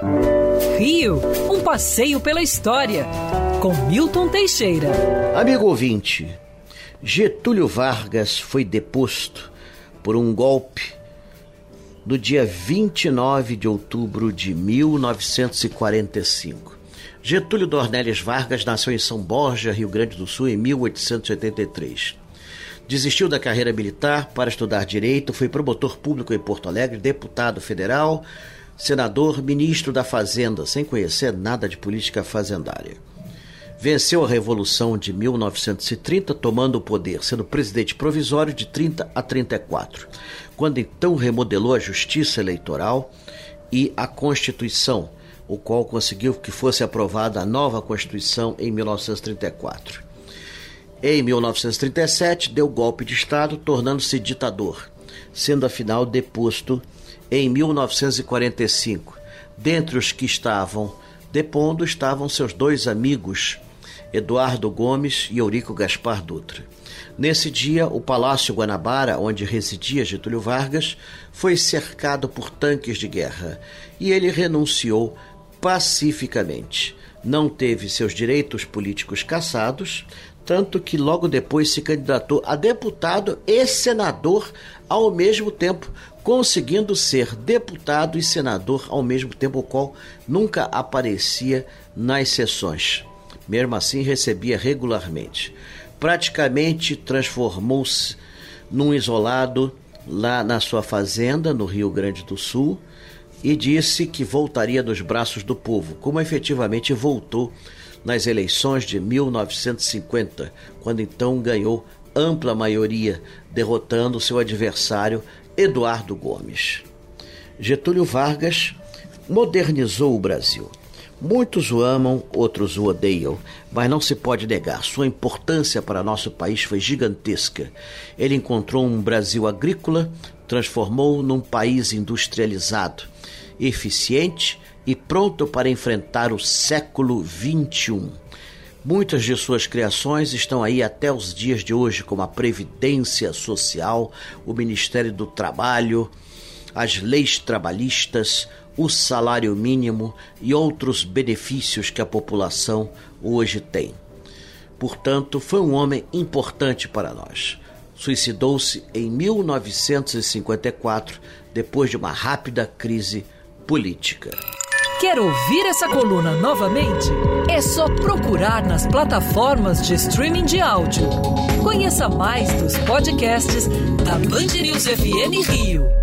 Rio, um passeio pela história, com Milton Teixeira. Amigo ouvinte, Getúlio Vargas foi deposto por um golpe no dia 29 de outubro de 1945. Getúlio Dornelles Vargas nasceu em São Borja, Rio Grande do Sul, em 1883. Desistiu da carreira militar para estudar direito, foi promotor público em Porto Alegre, deputado federal, senador, ministro da Fazenda, sem conhecer nada de política fazendária. Venceu a Revolução de 1930, tomando o poder, sendo presidente provisório de 30 a 34, quando então remodelou a Justiça Eleitoral e a Constituição, o qual conseguiu que fosse aprovada a nova Constituição em 1934. Em 1937, deu golpe de Estado, tornando-se ditador, sendo afinal deposto em 1945. Dentre os que estavam depondo estavam seus dois amigos, Eduardo Gomes e Eurico Gaspar Dutra. Nesse dia, o Palácio Guanabara, onde residia Getúlio Vargas, foi cercado por tanques de guerra e ele renunciou pacificamente. Não teve seus direitos políticos cassados, tanto que logo depois se candidatou a deputado e senador ao mesmo tempo, conseguindo ser deputado e senador ao mesmo tempo, o qual nunca aparecia nas sessões. Mesmo assim, recebia regularmente. Praticamente transformou-se num isolado lá na sua fazenda, no Rio Grande do Sul, e disse que voltaria dos braços do povo, como efetivamente voltou nas eleições de 1950, quando então ganhou ampla maioria, derrotando seu adversário Eduardo Gomes. Getúlio Vargas modernizou o Brasil. Muitos o amam, outros o odeiam, mas não se pode negar, sua importância para nosso país foi gigantesca. Ele encontrou um Brasil agrícola, transformou num país industrializado, eficiente e pronto para enfrentar o século XXI. Muitas de suas criações estão aí até os dias de hoje, como a Previdência Social, o Ministério do Trabalho, as leis trabalhistas, o salário mínimo e outros benefícios que a população hoje tem. Portanto, foi um homem importante para nós. Suicidou-se em 1954, depois de uma rápida crise política. Quer ouvir essa coluna novamente? É só procurar nas plataformas de streaming de áudio. Conheça mais dos podcasts da Band News FM Rio.